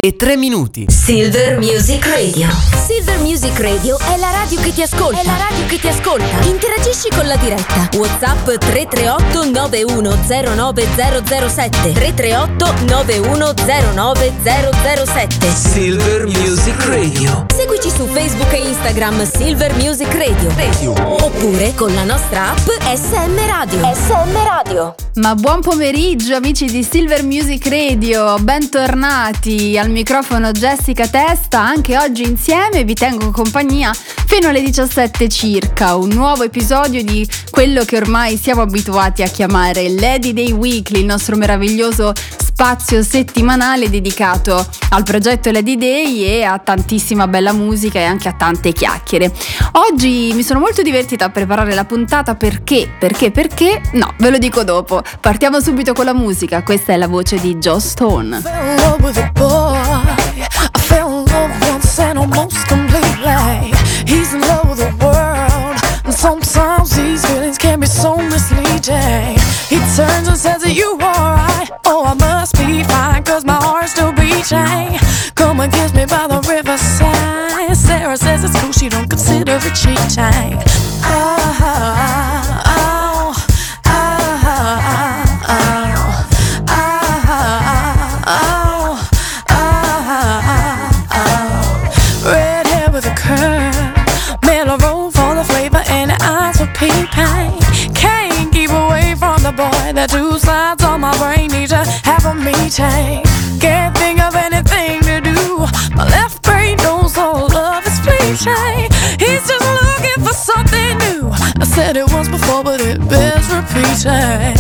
e 3 minuti. Silver Music Radio. Silver Music Radio è la radio che ti ascolta. Interagisci con la diretta. WhatsApp 338 9109007. 338 9109007. Silver Music Radio. Seguici su Facebook e Instagram Silver Music Radio. Oppure con la nostra app SM Radio. Ma buon pomeriggio amici di Silver Music Radio, bentornati al microfono Jessica Testa. Anche oggi insieme vi tengo compagnia fino alle 17 circa, un nuovo episodio di quello che ormai siamo abituati a chiamare Lady Day Weekly, il nostro meraviglioso spazio settimanale dedicato al progetto Lady Day e a tantissima bella musica e anche a tante chiacchiere. Oggi mi sono molto divertita a preparare la puntata perché? No, ve lo dico dopo. Partiamo subito con la musica, questa è la voce di Joss Stone. He's in love with the world, and sometimes these feelings can be so misleading. He turns and says, are you alright? Oh, I must be fine, cause my heart's still beating. Come and kiss me by the riverside. Sarah says it's cool, she don't consider it cheating. Red hair with a curl, mellow roll for the flavor and eyes for pain. Can't keep away from the boy. The two sides on my brain need to have a meeting. Can't think of anything to do. My left brain knows all love is fleeting. He's just looking for something new. I said it once before, but it bears repeating.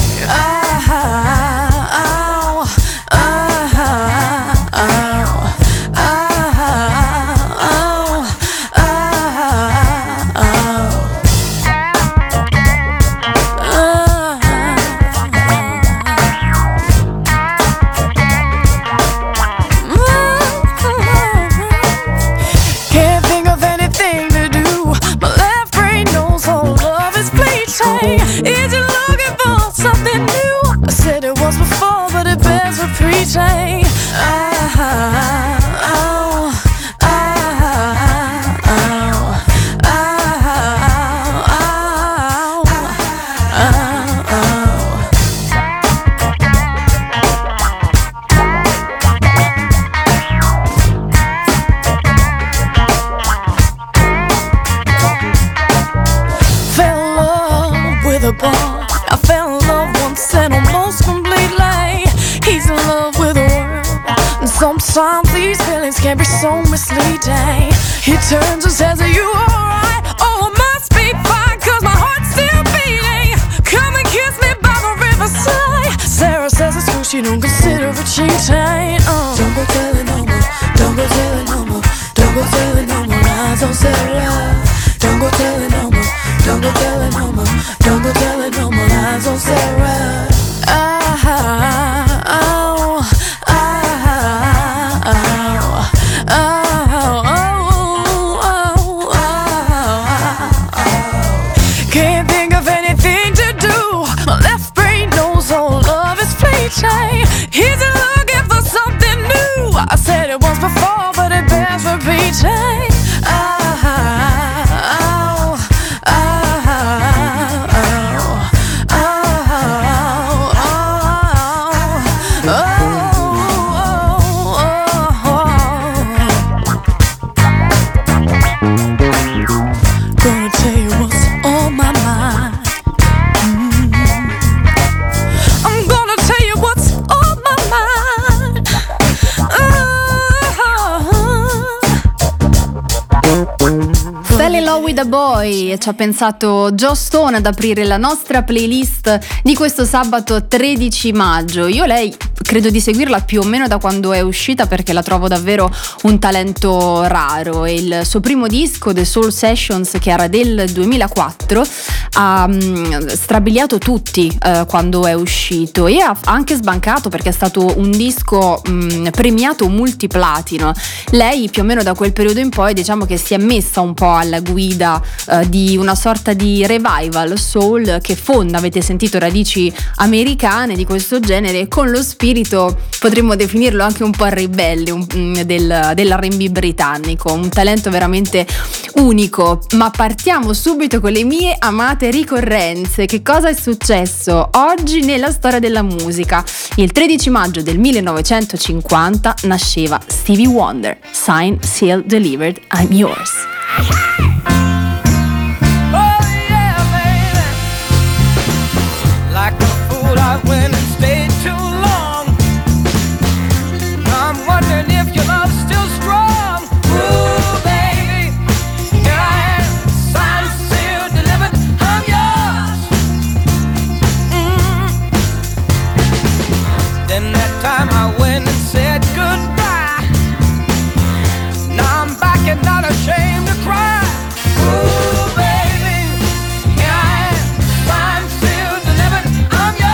Is you looking for something new? I said it once before, but it bears repeating. I fell in love once and almost completely. He's in love with the world, and sometimes these feelings can be so misleading. He turns and says, are you alright? Oh, I must be fine, cause my heart's still beating. Come and kiss me by the riverside. Sarah says it's cool, she don't consider it cheating. Don't go telling no more, don't go telling no more, don't go telling no more lies on Sarah. Don't go telling no more, don't go telling no more, don't go telling no more lies on Sarah. Can't think of anything to do. My left brain knows all love is fleeting. He's looking for something new. I said it once before, but it bears repeating. Gonna tell you what's on my mind. I'm gonna tell you what's on my mind. Fell in Love with a Boy, e ci ha pensato Joss Stone ad aprire la nostra playlist di questo sabato 13 maggio. Io lei credo di seguirla più o meno da quando è uscita, perché la trovo davvero un talento raro. E il suo primo disco, The Soul Sessions, che era del 2004, ha strabiliato tutti quando è uscito, e ha anche sbancato perché è stato un disco multiplatino. Lei più o meno da quel periodo in poi, diciamo che si è messa un po' alla guida guida di una sorta di revival soul che fonda, avete sentito, radici americane di questo genere con lo spirito, potremmo definirlo anche un po' ribelle dell'R&B britannico, un talento veramente unico. Ma partiamo subito con le mie amate ricorrenze. Che cosa è successo oggi nella storia della musica? Il 13 maggio del 1950 nasceva Stevie Wonder. Signed, sealed, delivered, I'm yours. I went and stayed too long. I'm wondering if your love's still strong. Ooh, baby, here I am, signed, sealed, delivered, I'm yours. Then that time I went and said goodbye. Now I'm back and not ashamed to cry. Ooh, baby, here I am, signed, sealed, delivered, I'm yours.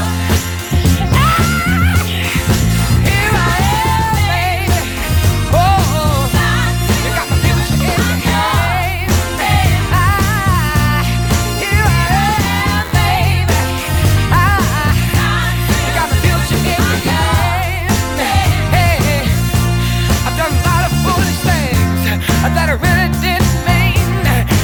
That I really didn't mean.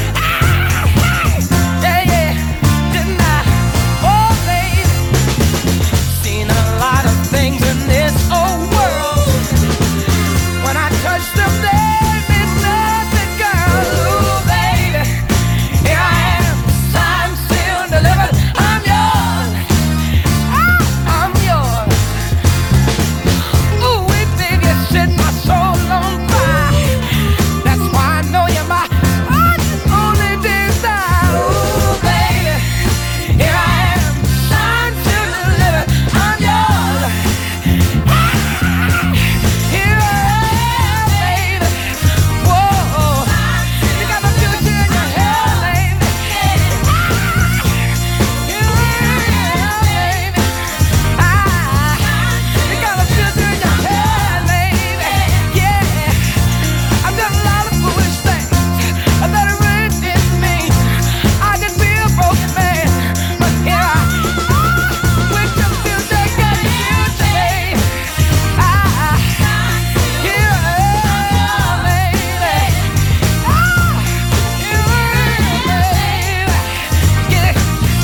Yeah, didn't I? Oh, baby, seen a lot of things in this old world. When I touch them, there means nothing, girl. Ooh, baby, here I am, signed, sealed, delivered. I'm yours. I'm yours. Ooh, baby, you set my soul on fire. I know you're my only desire. Ooh, baby, here I am, signed, sealed, delivered. I'm yours. Here I am, baby. Whoa, you got my future in your hair, baby. Here I am, baby. You got my future in your hair, baby. Yeah, I've done a lot of foolish things that I really didn't mean. I could be a broken man, but here I am with your future, got a future, baby. Here I am, baby. Here I am, baby. Get it,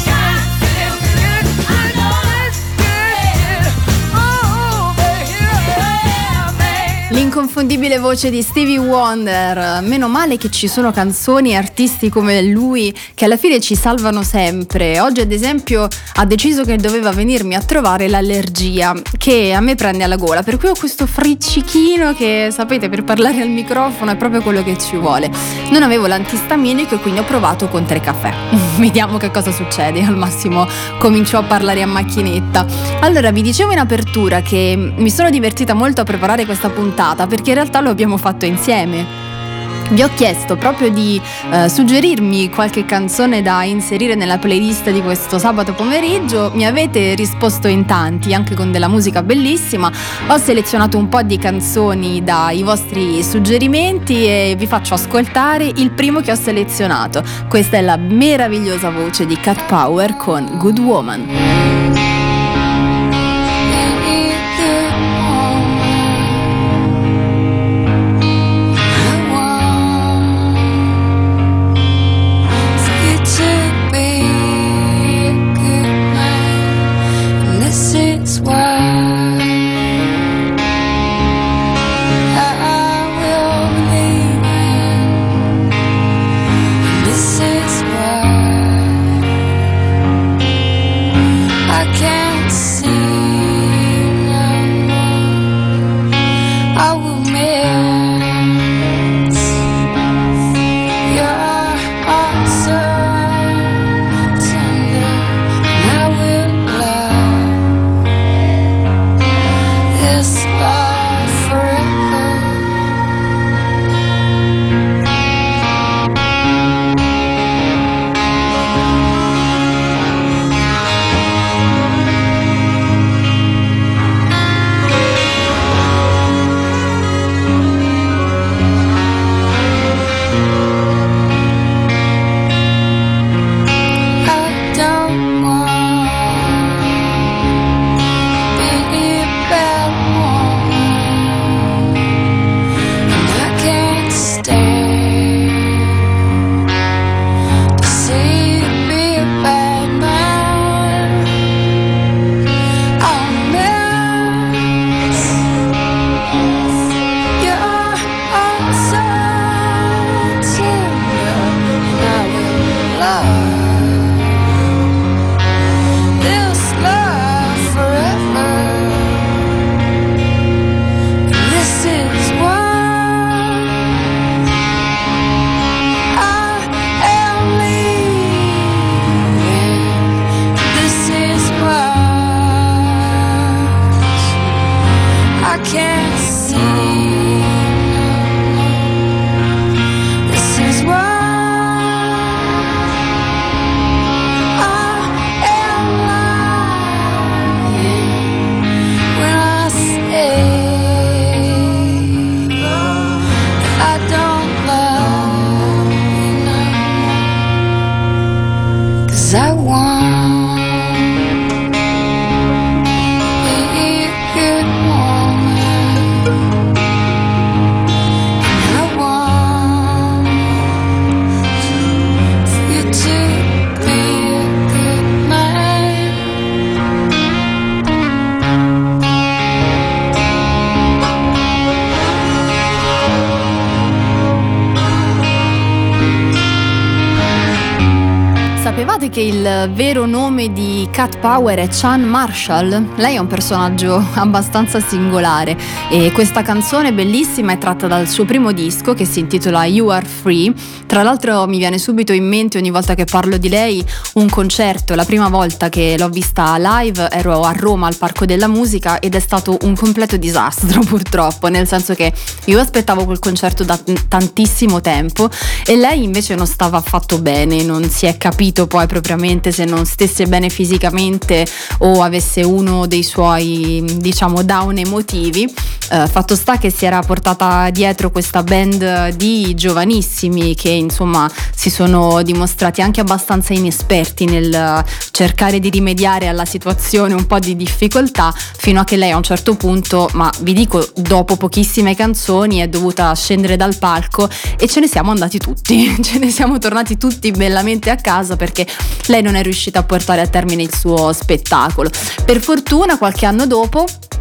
I know it's good. Oh, baby, here I am, baby. L'inconfondibile voce di Stevie Wonder. Meno male che ci sono canzoni e artisti come lui che alla fine ci salvano sempre. Oggi ad esempio ha deciso che doveva venirmi a trovare l'allergia che a me prende alla gola, per cui ho questo friccichino che, sapete, per parlare al microfono è proprio quello che ci vuole. Non avevo l'antistaminico e quindi ho provato con 3 caffè. Vediamo che cosa succede, al massimo comincio a parlare a macchinetta. Allora, vi dicevo in apertura che mi sono divertita molto a preparare questa puntata perché in realtà lo abbiamo fatto insieme. Vi ho chiesto proprio di suggerirmi qualche canzone da inserire nella playlist di questo sabato pomeriggio. Mi avete risposto in tanti, anche con della musica bellissima. Ho selezionato un po' di canzoni dai vostri suggerimenti e vi faccio ascoltare il primo che ho selezionato. Questa è la meravigliosa voce di Cat Power con Good Woman. Sapevate che il vero nome di Cat Power è Chan Marshall? Lei è un personaggio abbastanza singolare e questa canzone bellissima è tratta dal suo primo disco che si intitola You Are Free. Tra l'altro mi viene subito in mente ogni volta che parlo di lei un concerto. La prima volta che l'ho vista live ero a Roma al Parco della Musica ed è stato un completo disastro purtroppo, nel senso che io aspettavo quel concerto da tantissimo tempo e lei invece non stava affatto bene, non si è capito poi propriamente se non stesse bene fisicamente o avesse uno dei suoi, diciamo, down emotivi. Fatto sta che si era portata dietro questa band di giovanissimi che insomma si sono dimostrati anche abbastanza inesperti nel cercare di rimediare alla situazione, un po' di difficoltà, fino a che lei a un certo punto, ma vi dico dopo pochissime canzoni, è dovuta scendere dal palco e ce ne siamo andati tutti, ce ne siamo tornati tutti bellamente a casa perché lei non è riuscita a portare a termine il suo spettacolo. Per fortuna qualche anno dopo,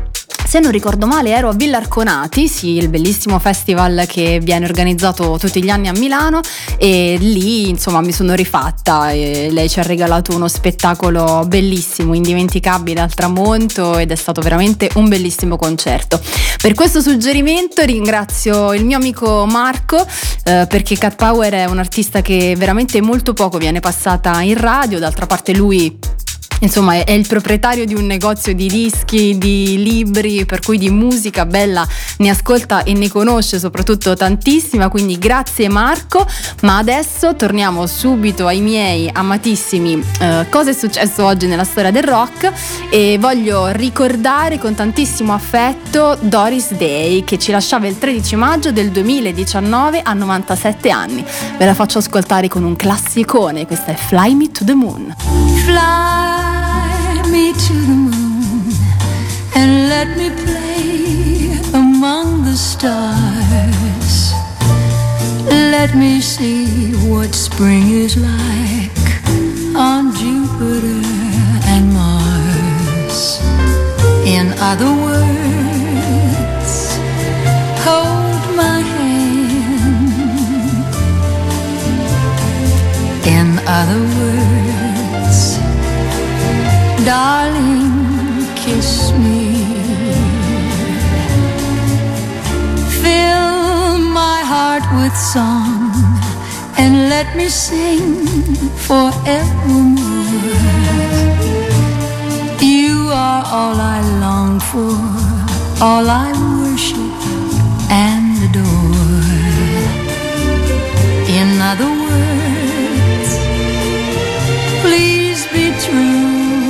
se non ricordo male, ero a Villarconati, sì, il bellissimo festival che viene organizzato tutti gli anni a Milano, e lì insomma mi sono rifatta e lei ci ha regalato uno spettacolo bellissimo, indimenticabile al tramonto, ed è stato veramente un bellissimo concerto. Per questo suggerimento ringrazio il mio amico Marco, perché Cat Power è un artista che veramente molto poco viene passata in radio. D'altra parte lui insomma è il proprietario di un negozio di dischi, di libri, per cui di musica bella ne ascolta e ne conosce soprattutto tantissima, quindi grazie Marco. Ma adesso torniamo subito ai miei amatissimi cosa è successo oggi nella storia del rock, e voglio ricordare con tantissimo affetto Doris Day, che ci lasciava il 13 maggio del 2019 a 97 anni. Ve la faccio ascoltare con un classicone, questa è Fly Me to the Moon. Fly me to the moon and let me play among the stars. Let me see what spring is like on Jupiter and Mars. In other words, hold my hand. In other words, darling, kiss me. Fill my heart with song and let me sing forevermore. You are all I long for, all I worship and adore. In other words, please be true.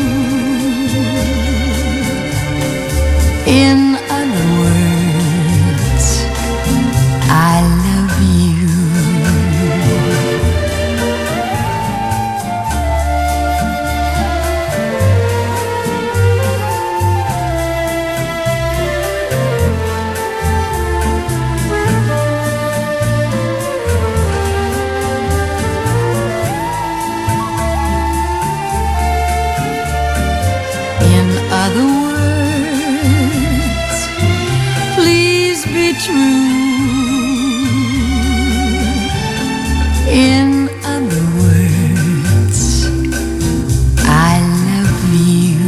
In other words, I love you. In other words, please be true. In other words, I love you.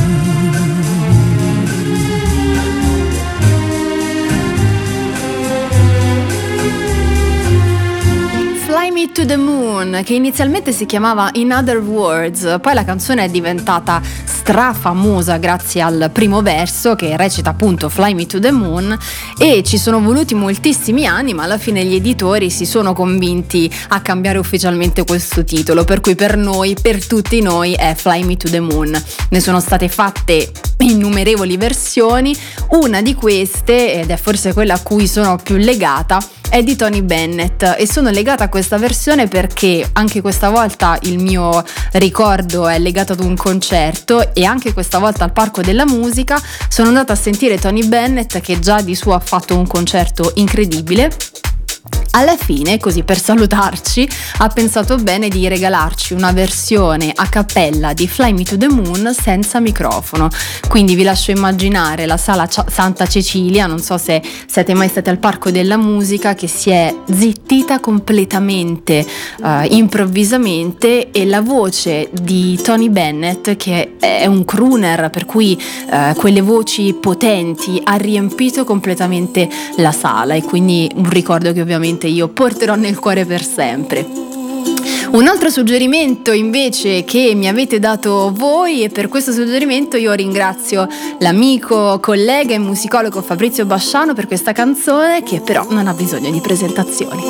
Fly Me to the Moon, che inizialmente si chiamava In Other Words, poi la canzone è diventata strafamosa grazie al primo verso che recita appunto Fly Me to the Moon, e ci sono voluti moltissimi anni, ma alla fine gli editori si sono convinti a cambiare ufficialmente questo titolo, per cui per noi, per tutti noi, è Fly Me to the Moon. Ne sono state fatte innumerevoli versioni, una di queste, ed è forse quella a cui sono più legata, è di Tony Bennett, e sono legata a questa versione perché anche questa volta il mio ricordo è legato ad un concerto, e anche questa volta al Parco della Musica sono andata a sentire Tony Bennett, che già di suo ha fatto un concerto incredibile, Alla fine, così per salutarci, ha pensato bene di regalarci una versione a cappella di Fly Me to the Moon senza microfono. Quindi vi lascio immaginare la sala Santa Cecilia, non so se siete mai stati al Parco della Musica, che si è zittita completamente improvvisamente, e la voce di Tony Bennett, che è un crooner, per cui quelle voci potenti, ha riempito completamente la sala, e quindi un ricordo che ovviamente io porterò nel cuore per sempre. Un altro suggerimento invece che mi avete dato voi, e per questo suggerimento io ringrazio l'amico, collega e musicologo Fabrizio Basciano per questa canzone, che però non ha bisogno di presentazioni.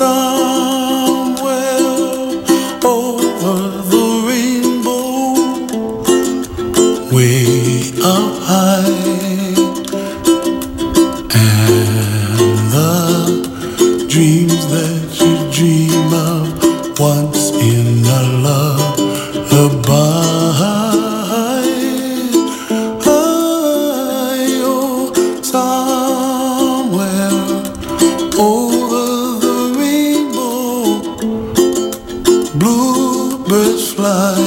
Way up high, and the dreams that you dream of once in a lullaby. Oh, somewhere over the rainbow, bluebirds fly.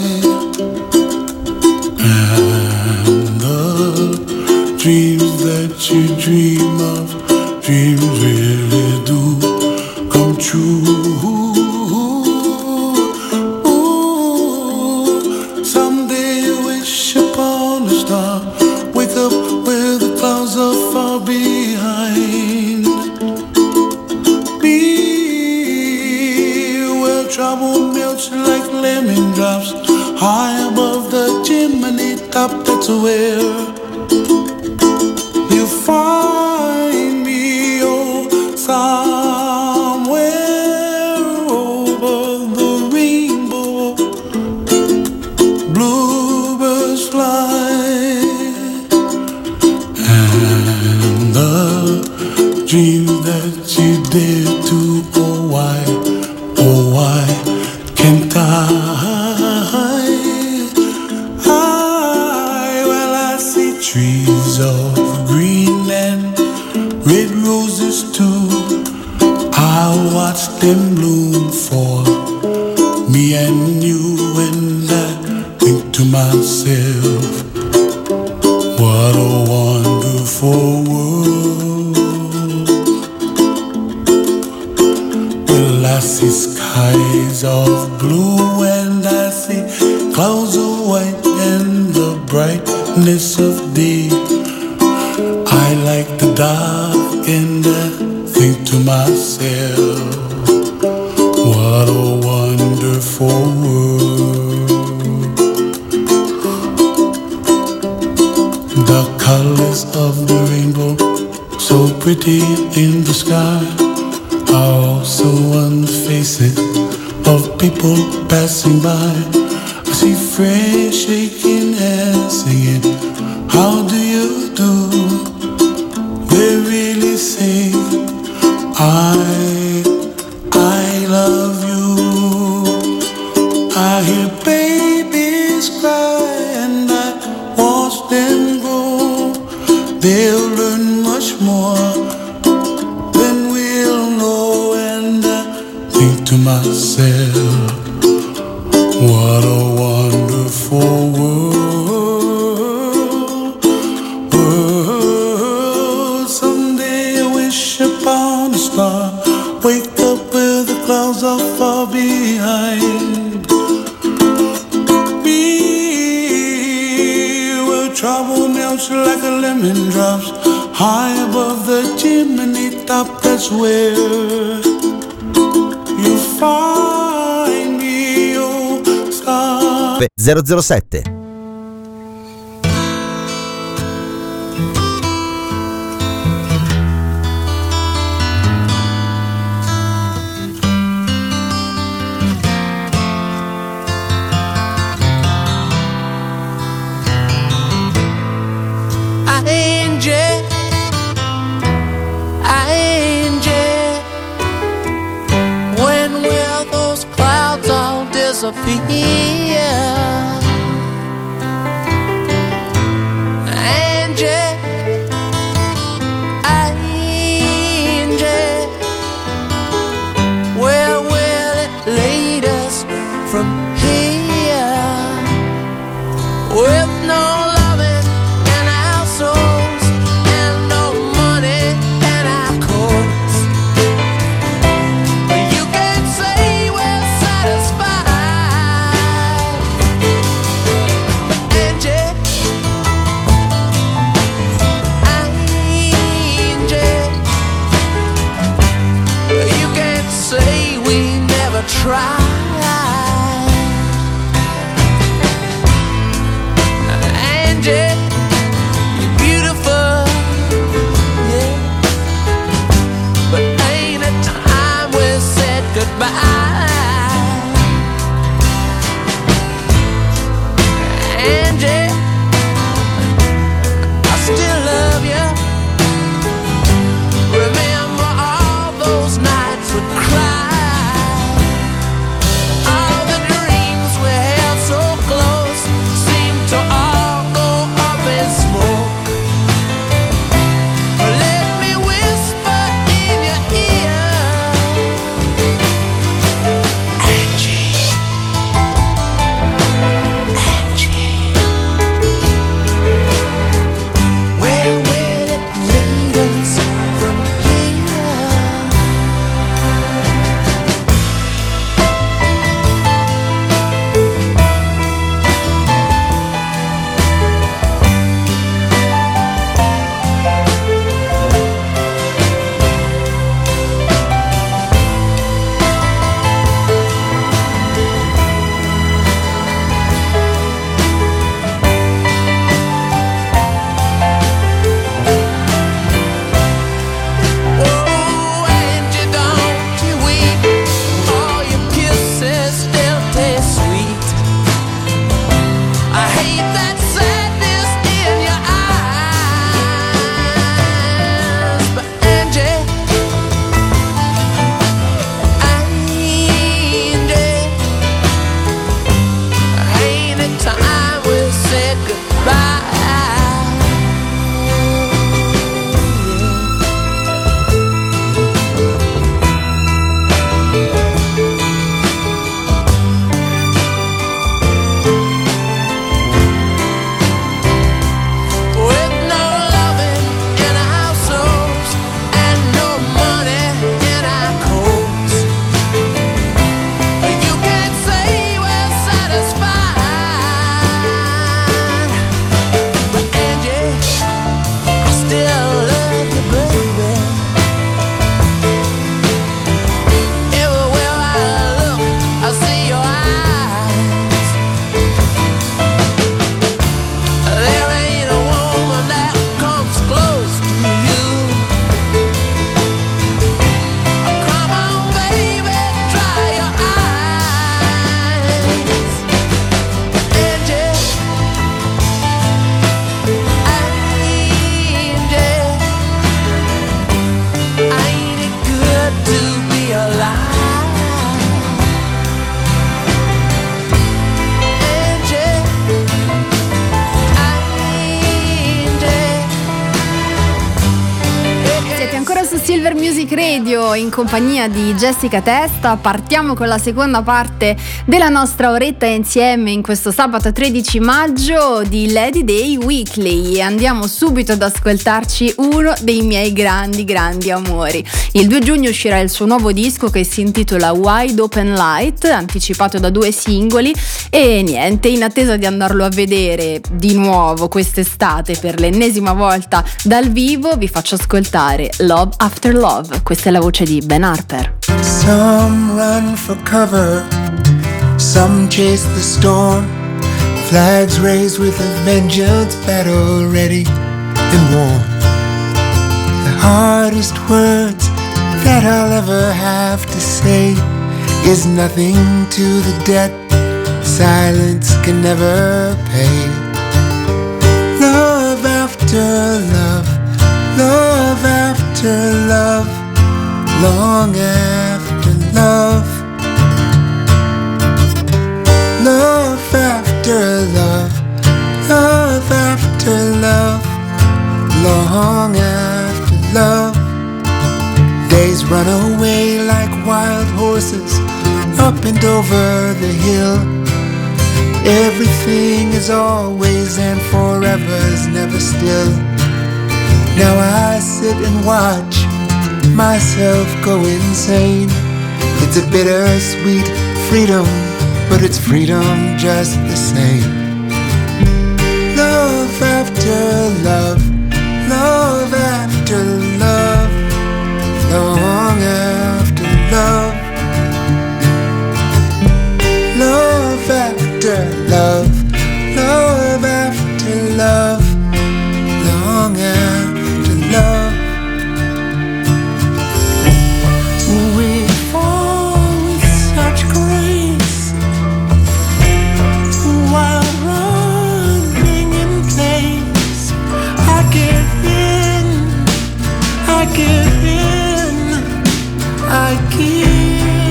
Dreams that you dream of, dreams really do come true. Ooh, someday you wish upon a star, wake up where the clouds are far behind. Be where trouble melts like lemon drops, high above the chimney top, that's where find me, oh, somewhere over the rainbow, bluebirds fly, and the dreams that you dare to, oh why can't well, I see trees of green and red roses too. I watch them bloom for me and you, and I think to myself, what a wonderful world. Well, I see skies of blue, and I see clouds of white, and the brightness of day. I like the dark, and I think to myself, what a wonderful world. The colors of the rainbow, so pretty in the sky, are also on the faces of people passing by. I see friends shaking hands, singing, how do you do? They really say, I love you. I hear babies cry, and I watch them grow. They'll learn much more than we'll know, and I think to myself, what a wonderful world. Someday I wish upon a star, wake up where the clouds are far behind me, where trouble melts like a lemon drops, high above the chimney top, that's where you find me, oh star. 007. Disappear. Angie, Silver Music Radio in compagnia di Jessica Testa. Partiamo con la seconda parte della nostra oretta insieme in questo sabato 13 maggio di Lady Day Weekly e andiamo subito ad ascoltarci uno dei miei grandi amori. Il 2 giugno uscirà il suo nuovo disco che si intitola Wide Open Light, anticipato da 2 singoli e niente, in attesa di andarlo a vedere di nuovo quest'estate per l'ennesima volta dal vivo vi faccio ascoltare Love After Love. Questa è la voce di Ben Harper. Some run for cover, some chase the storm, flags raised with a vengeance, battle ready and warm. The hardest words that I'll ever have to say is nothing to the debt silence can never pay. Love after love, love after love, long after love. Love after love, love after love, long after love. Days run away like wild horses, up and over the hill. Everything is always and forever is never still. Now I sit and watch myself go insane. It's a bittersweet freedom, but it's freedom just the same. Love after love, love after love, long after love. Love after love, love after love, long after love. We fall with such grace while running in place. I give in, I give in, I give in.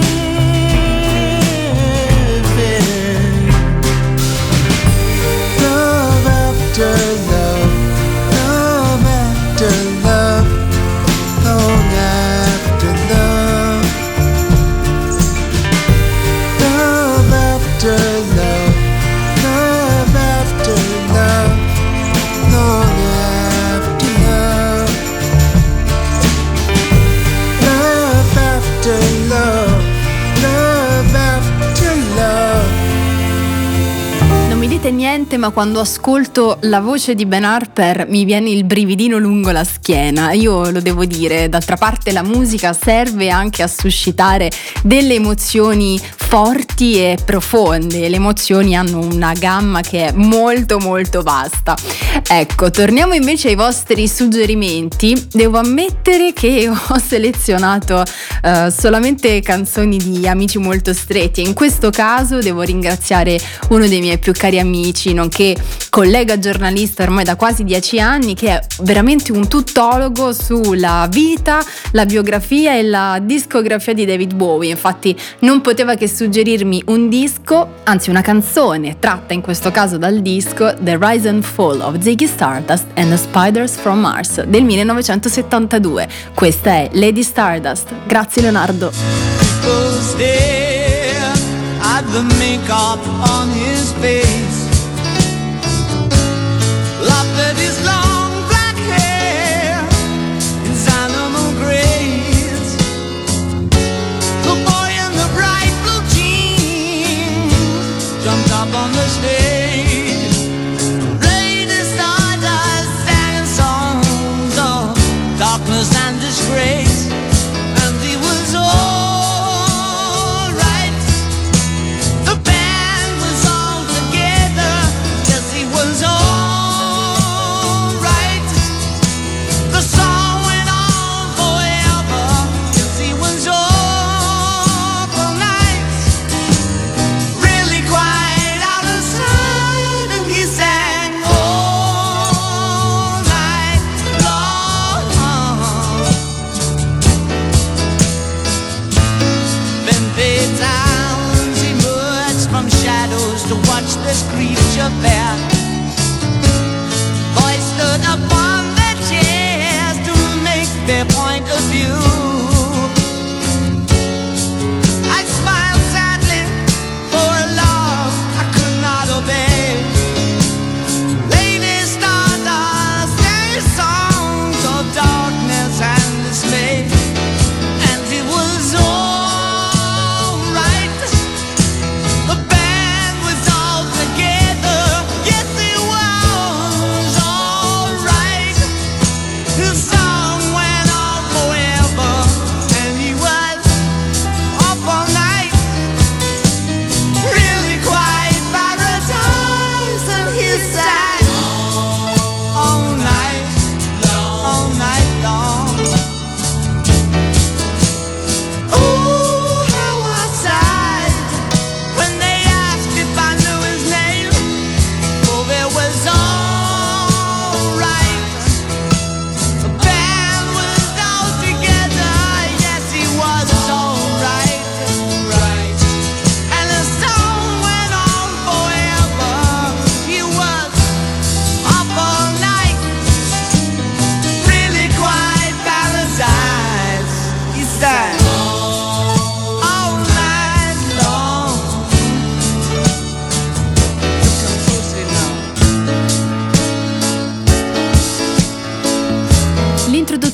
Love after love, love after love, long after love. Love after love, love after love, long after love. Love after love, love after love. Non mi dite niente, ma quando ascolto la voce di Ben Harper mi viene il brividino lungo la schiena. Io lo devo dire, d'altra parte la musica serve anche a suscitare delle emozioni forti e profonde. Le emozioni hanno una gamma che è molto vasta. Ecco, torniamo invece ai vostri suggerimenti. Devo ammettere che ho selezionato solamente canzoni di amici molto stretti e in questo caso devo ringraziare uno dei miei più cari amici, nonché collega giornalista ormai da quasi 10 anni, che è veramente un tuttologo sulla vita, la biografia e la discografia di David Bowie. Infatti non poteva che suggerirmi un disco, anzi una canzone tratta in questo caso dal disco The Rise and Fall of Ziggy Stardust and the Spiders from Mars del 1972. Questa è Lady Stardust. Grazie Leonardo. The makeup on his face, laughed at his long black hair in animal grays. The boy in the bright blue jeans jumped up on the stage. Lady Stardust sang songs of darkness and disgrace, and he was all right. The band was all together.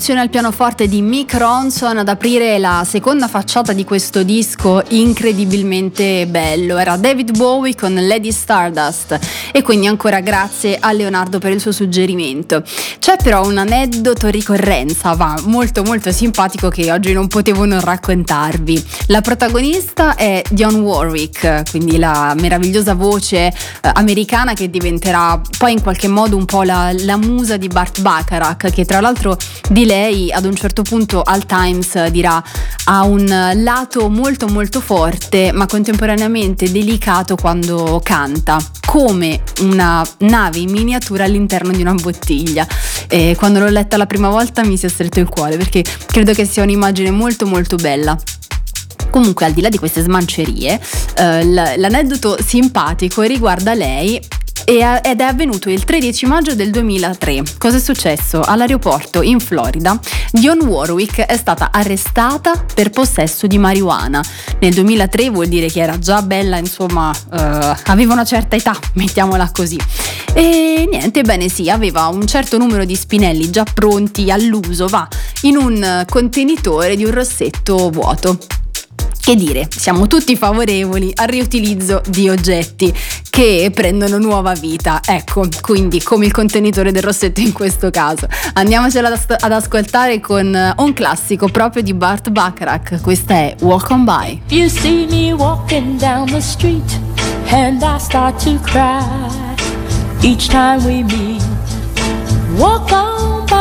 produzione al pianoforte di Mick Ronson ad aprire la seconda facciata di questo disco incredibilmente bello. Era David Bowie con Lady Stardust, e quindi ancora grazie a Leonardo per il suo suggerimento. C'è però un aneddoto ricorrenza, molto molto simpatico, che oggi non potevo non raccontarvi. La protagonista è Dionne Warwick, quindi la meravigliosa voce americana che diventerà poi in qualche modo un po' la musa di Burt Bacharach, che tra l'altro di lei ad un certo punto al Times dirà ha un lato molto molto forte ma contemporaneamente delicato quando canta, come una nave in miniatura all'interno di una bottiglia. E quando l'ho letta la prima volta mi si è stretto il cuore, perché credo che sia un'immagine molto molto bella. Comunque, al di là di queste smancerie, l'aneddoto simpatico riguarda lei ed è avvenuto il 13 maggio del 2003. Cosa è successo? All'aeroporto in Florida Dionne Warwick è stata arrestata per possesso di marijuana. Nel 2003 vuol dire che era già bella, insomma, aveva una certa età, mettiamola così. E niente, bene sì, aveva un certo numero di spinelli già pronti all'uso, in un contenitore di un rossetto vuoto. Che dire, siamo tutti favorevoli al riutilizzo di oggetti che prendono nuova vita, ecco, quindi come il contenitore del rossetto in questo caso. Andiamocela ad ascoltare con un classico proprio di Burt Bacharach, questa è Walk On By. You see me walking down the street and I start to cry each time we meet. Walk on by.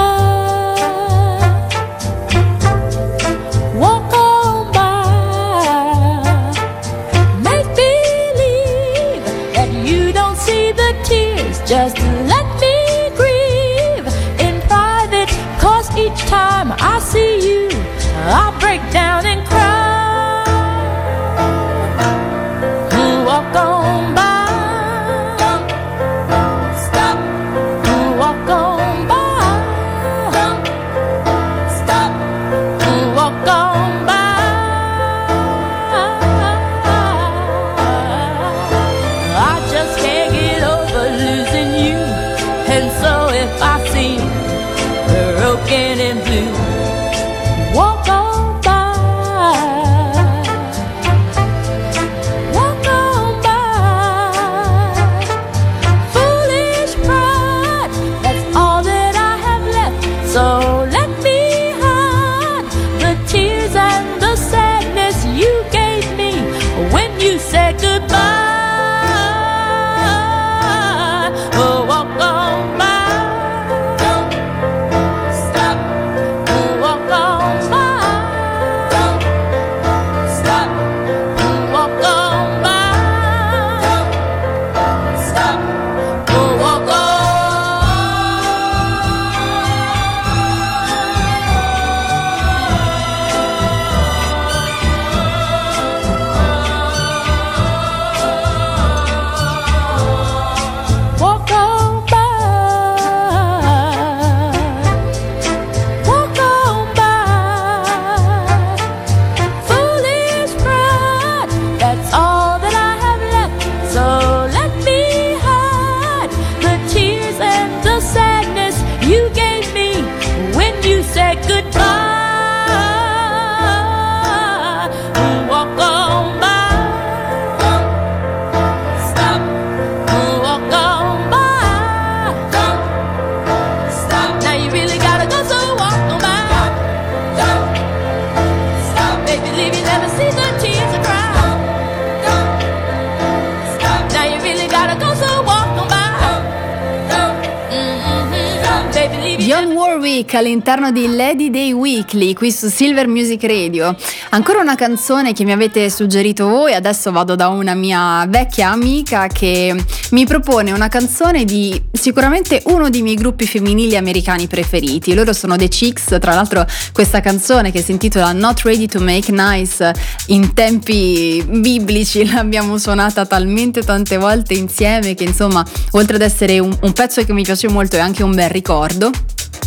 Walk on by. Make believe that you don't see the tears. Just let me grieve in private, 'cause each time I see you I break down and cry. Walk on by. Stop. Walk on by. Stop. Walk on by. I just can't get over losing you, and so if I seem broken and blue, walk on by. Walk on by. Foolish pride, that's all that I have left. So let me hide the tears and the sadness you gave me when you said goodbye. Oh, walk on by. Stop. Walk on by. Stop. Walk on by. Stop. Walk on. Walk on by. Walk on by. Foolish pride, that's all that I have left. So let me hide the tears and the sadness you gave me when you said goodbye. Walk on by. Stop. Walk on by. Stop. Now you really gotta go, so walk on by. Stop. Baby, leave you never see the tears I cry. Stop. Now you really gotta go, so walk on by. Baby, leave you Dionne Warwick all'interno di Lady Day Weekly qui su Silver Music Radio. Ancora una canzone che mi avete suggerito voi. Adesso vado da una mia vecchia amica che mi propone una canzone di sicuramente uno dei miei gruppi femminili americani preferiti. Loro sono The Chicks. Tra l'altro questa canzone, che si intitola Not Ready to Make Nice, in tempi biblici l'abbiamo suonata talmente tante volte insieme che, insomma, oltre ad essere un pezzo che mi piace molto, è anche un bel ricordo.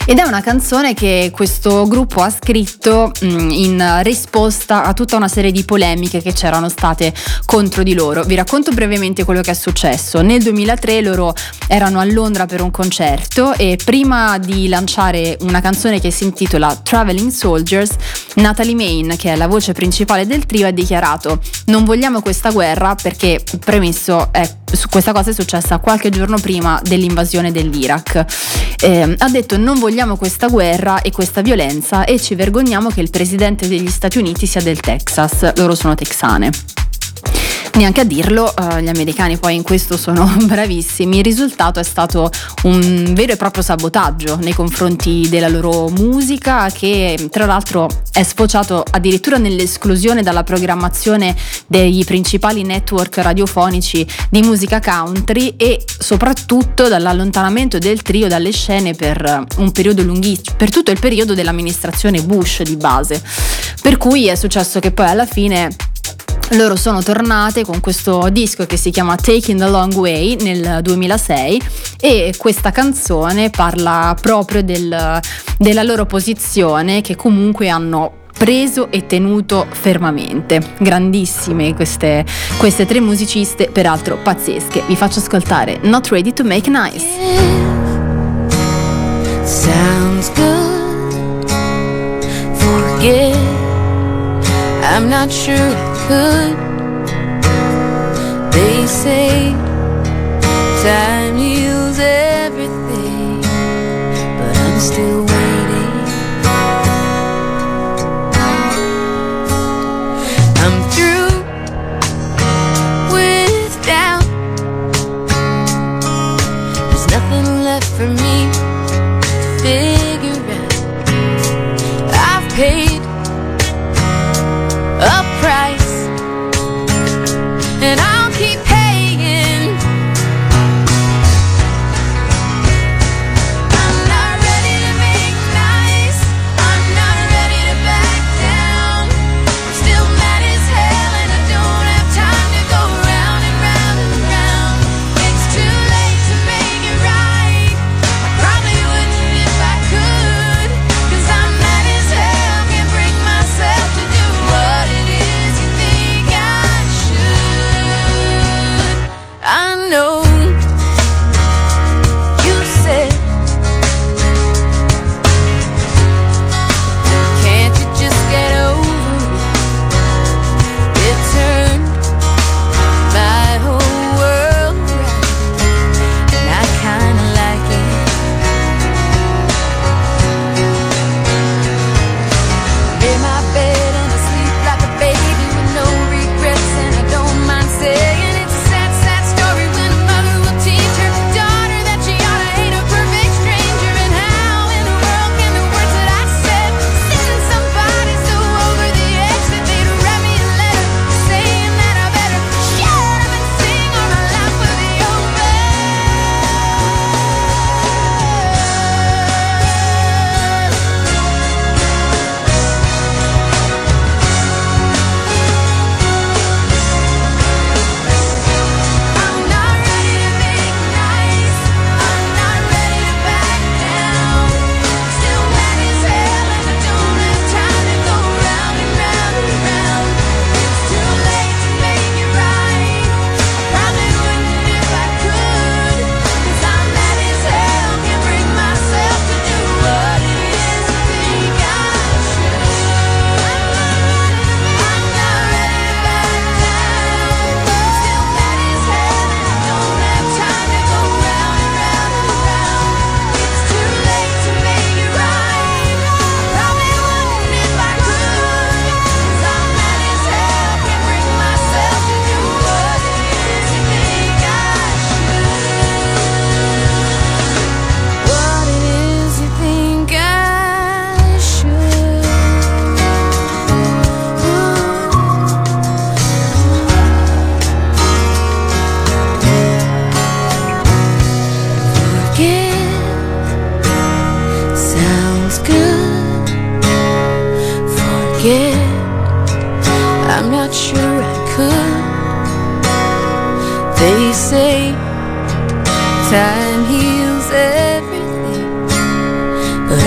Ed è una canzone che questo gruppo ha scritto in risposta a tutta una serie di polemiche che c'erano state contro di loro. Vi racconto brevemente quello che è successo. Nel 2003 loro erano a Londra per un concerto e prima di lanciare una canzone che si intitola Traveling Soldiers, Natalie Main, che è la voce principale del trio, ha dichiarato: non vogliamo questa guerra, perché, premesso, questa cosa è successa qualche giorno prima dell'invasione dell'Iraq. Ha detto: non vogliamo questa guerra e questa violenza e ci vergogniamo che il presidente degli Stati Uniti sia del Texas. Loro sono texane. Neanche a dirlo, gli americani poi in questo sono bravissimi. Il risultato è stato un vero e proprio sabotaggio nei confronti della loro musica, che tra l'altro è sfociato addirittura nell'esclusione dalla programmazione dei principali network radiofonici di musica country e soprattutto dall'allontanamento del trio dalle scene per un periodo lunghissimo, per tutto il periodo dell'amministrazione Bush di base. Per cui è successo che poi alla fine loro sono tornate con questo disco che si chiama Taking the Long Way nel 2006 e questa canzone parla proprio della loro posizione, che comunque hanno preso e tenuto fermamente. Grandissime queste tre musiciste, peraltro pazzesche. Vi faccio ascoltare Not Ready to Make Nice. Sounds good. Forget, I'm not sure I could. They say time heals everything, but I'm still waiting. I'm through with doubt. There's nothing left for me to figure out. I've paid a price, and I'll keep paying. I'm not ready to make nice. I'm not ready to back down. I'm still mad as hell, and I don't have time to go round and round and round. It's too late to make it right. I probably wouldn't if I could, 'cause I'm mad as hell, can't bring myself to do what it is you think I should. I know you said, can't you just get over it? It turned my whole world around, and I kinda like it. I'm in my bed and I sleep like a baby with no regrets, and I don't mind saying it's a sad, sad story when a mother will teach her daughter that she ought to hate a perfect stranger. And how in the world can the words that I said send somebody so over the edge that they'd write me a letter saying that I better shut up and sing or my life will be over. I'm not ready to make nice. I'm not ready to back down. Still mad as hell, and I don't have time to go round and round and round. It's too late to make it right. I probably wouldn't if I could, 'cause I'm mad as hell, can't bring myself to do what it is you think I should. I'm not ready to back down. Still mad as hell, and I don't have time to go round and round and round. It's too late to make it right. I probably wouldn't if I could, 'cause I'm mad as hell, can't bring myself to do what it is you think I should. What it is you think I should. Forget, sounds good. Forget, I'm not sure I could. They say time heals everything, but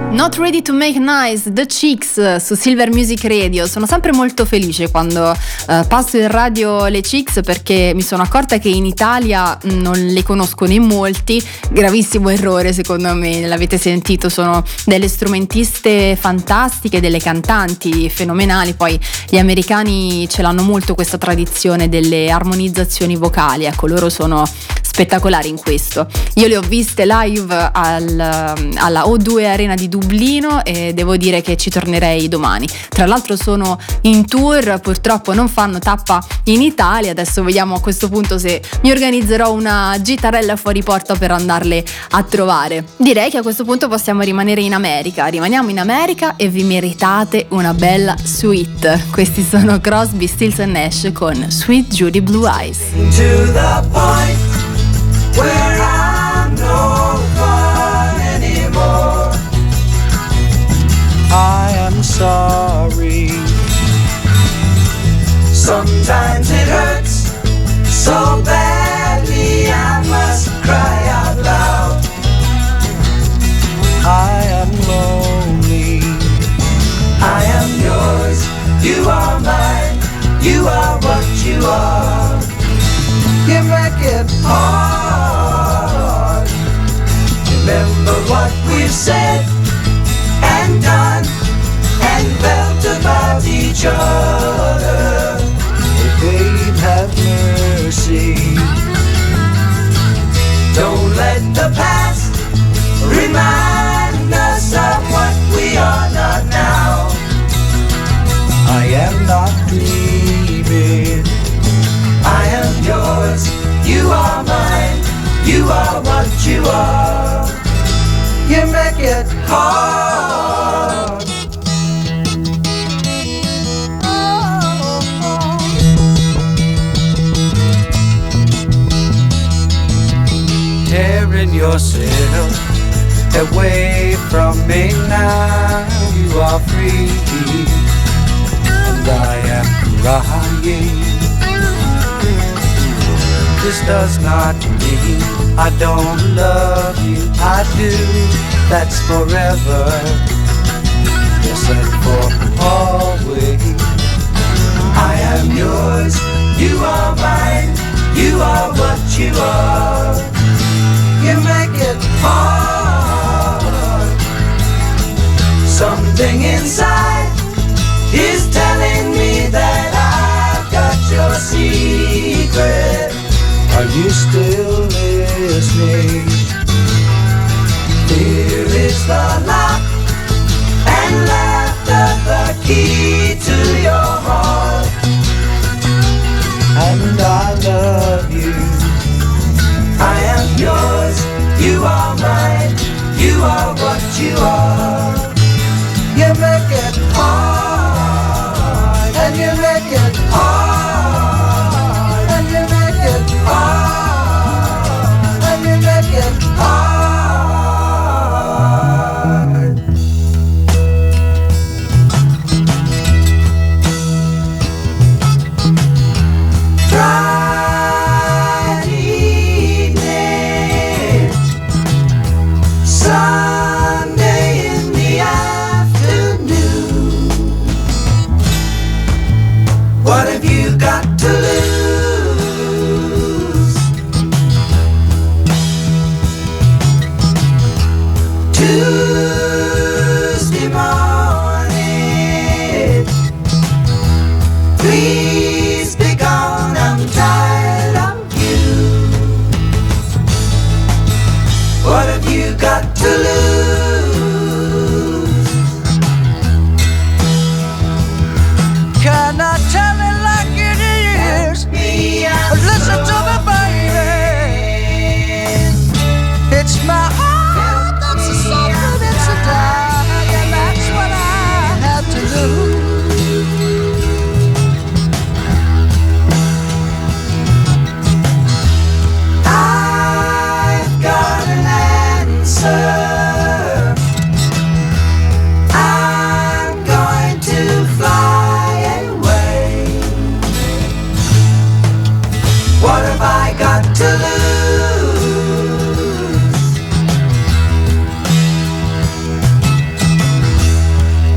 Not Ready to Make Nice, The Chicks su Silver Music Radio. Sono sempre molto felice quando passo in radio le Chicks, perché mi sono accorta che in Italia non le conoscono in molti. Gravissimo errore, secondo me, l'avete sentito, sono delle strumentiste fantastiche, delle cantanti fenomenali. Poi gli americani ce l'hanno molto questa tradizione delle armonizzazioni vocali, ecco, loro sono spettacolari in questo. Io le ho viste live alla O2 Arena di Dublino e devo dire che ci tornerei domani. Tra l'altro sono in tour, purtroppo non fanno tappa in Italia. Adesso vediamo a questo punto se mi organizzerò una gitarella fuori porta per andarle a trovare. Direi che a questo punto possiamo rimanere in America. Rimaniamo in America e vi meritate una bella suite. Questi sono Crosby, Stills & Nash con Sweet Judy Blue Eyes. To the point where I'm no fun anymore. I am sorry. Sometimes it hurts so badly I must cry out loud. I am lonely. I am yours. You are mine. You are what you are. You make it hard. Remember what we've said and done and felt about each other. Oh, babe, have mercy. Don't let the past remind us of what we are not now. I am not dreaming. I am yours, you are mine, you are what you are. You make it hard. Tearing yourself away from me now, you are free, and I am crying. This does not mean I don't love you, I do, that's forever, yes, and for always. I am yours, you are mine, you are what you are. You make it hard. Something inside is telling me that I've got your secret. Are you still listening? Here is the lock and laughter, the key to your heart. And I love you. I am yours, you are mine, you are what you are. You make it hard, and you make it hard, and you make it hard, and you make it hard.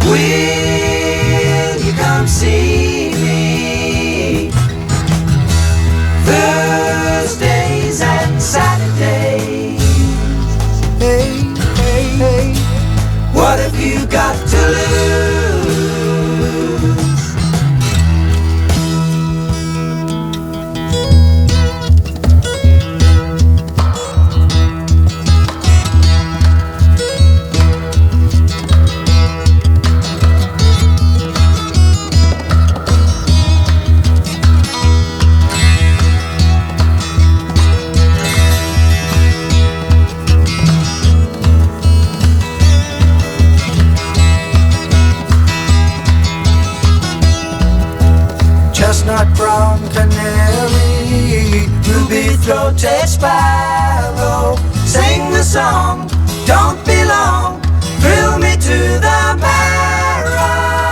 Will you come see me Thursdays and Saturdays? Hey, hey, hey, what have you got to lose? Chestnut brown canary, ruby-throated sparrow, sing the song, don't be long, thrill me to the marrow.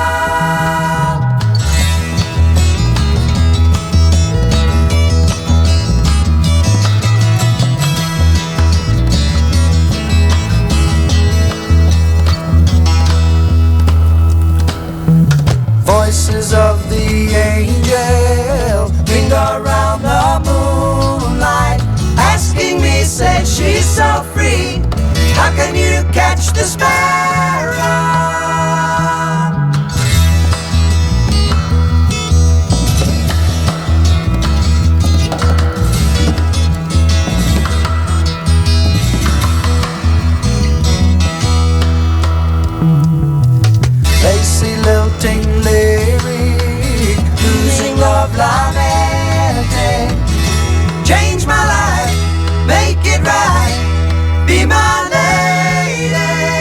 Voices of the angel ring around the moonlight, asking me, say she's so free, how can you catch the sparrow? Lacy lilting lyric, losing love lamenting, change my life, make it right, be my lady.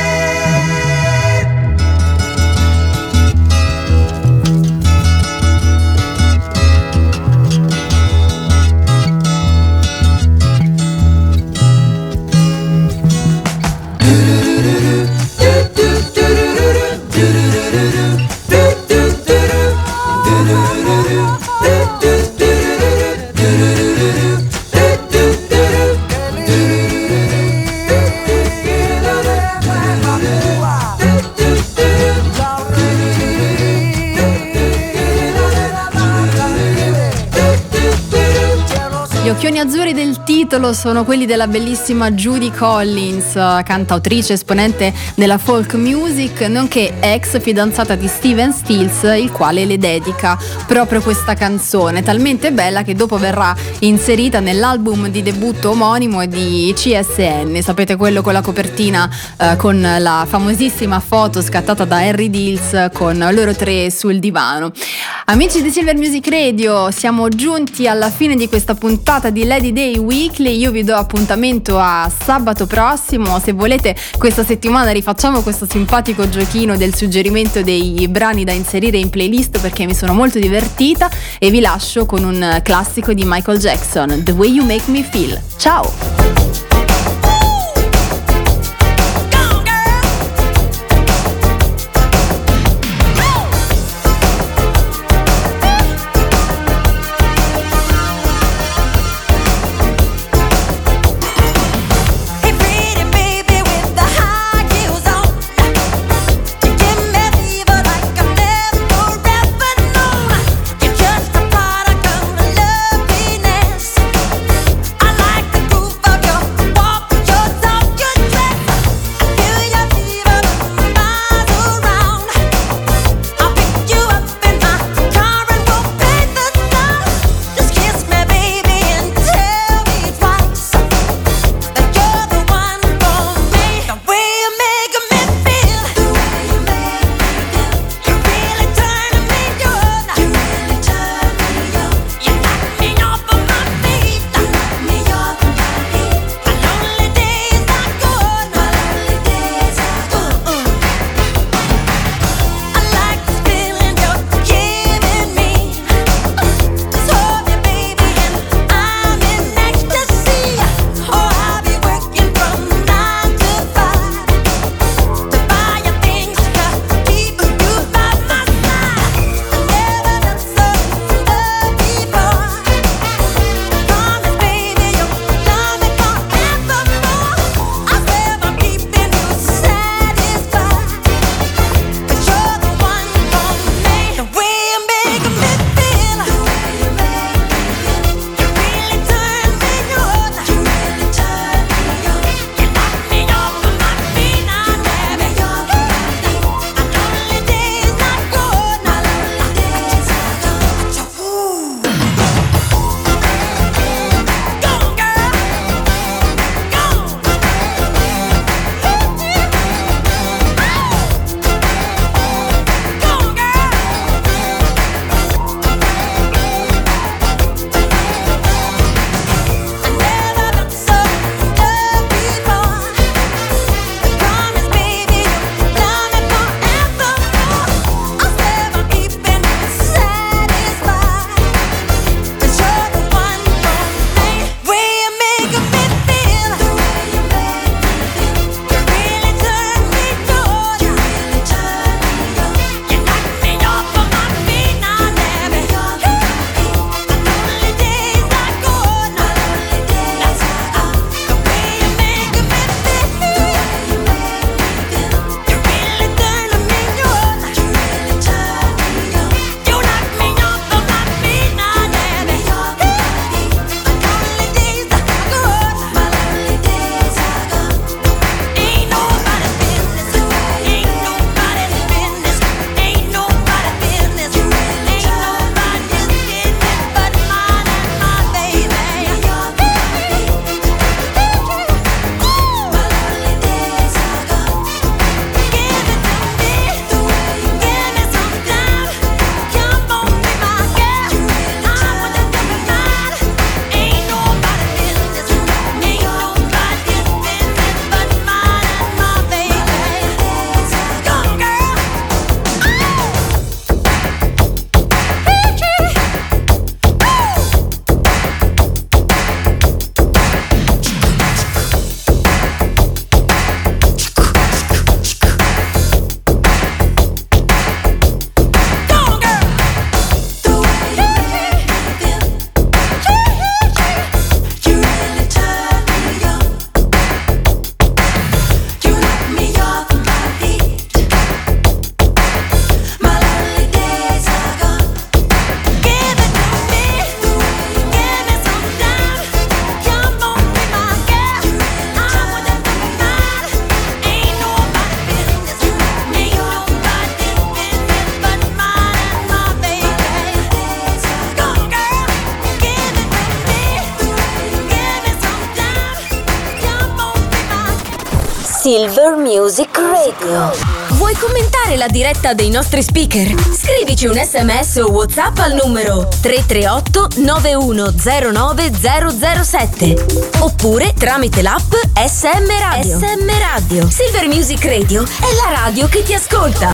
Gli occhioni azzurri del titolo sono quelli della bellissima Judy Collins, cantautrice esponente della folk music, nonché ex fidanzata di Steven Stills, il quale le dedica proprio questa canzone, talmente bella che dopo verrà inserita nell'album di debutto omonimo di CSN, sapete, quello con la copertina con la famosissima foto scattata da Harry Dills con loro tre sul divano. Amici di Silver Music Radio, siamo giunti alla fine di questa puntata di Lady Day Weekly. Io vi do appuntamento a sabato prossimo. Se volete, questa settimana rifacciamo questo simpatico giochino del suggerimento dei brani da inserire in playlist, perché mi sono molto divertita, e vi lascio con un classico di Michael Jackson, The Way You Make Me Feel. Ciao! I like the groove of your Silver Music Radio. Vuoi commentare la diretta dei nostri speaker? Scrivici un SMS o WhatsApp al numero 338 9109007 oppure tramite l'app SM Radio. SM Radio. Silver Music Radio è la radio che ti ascolta.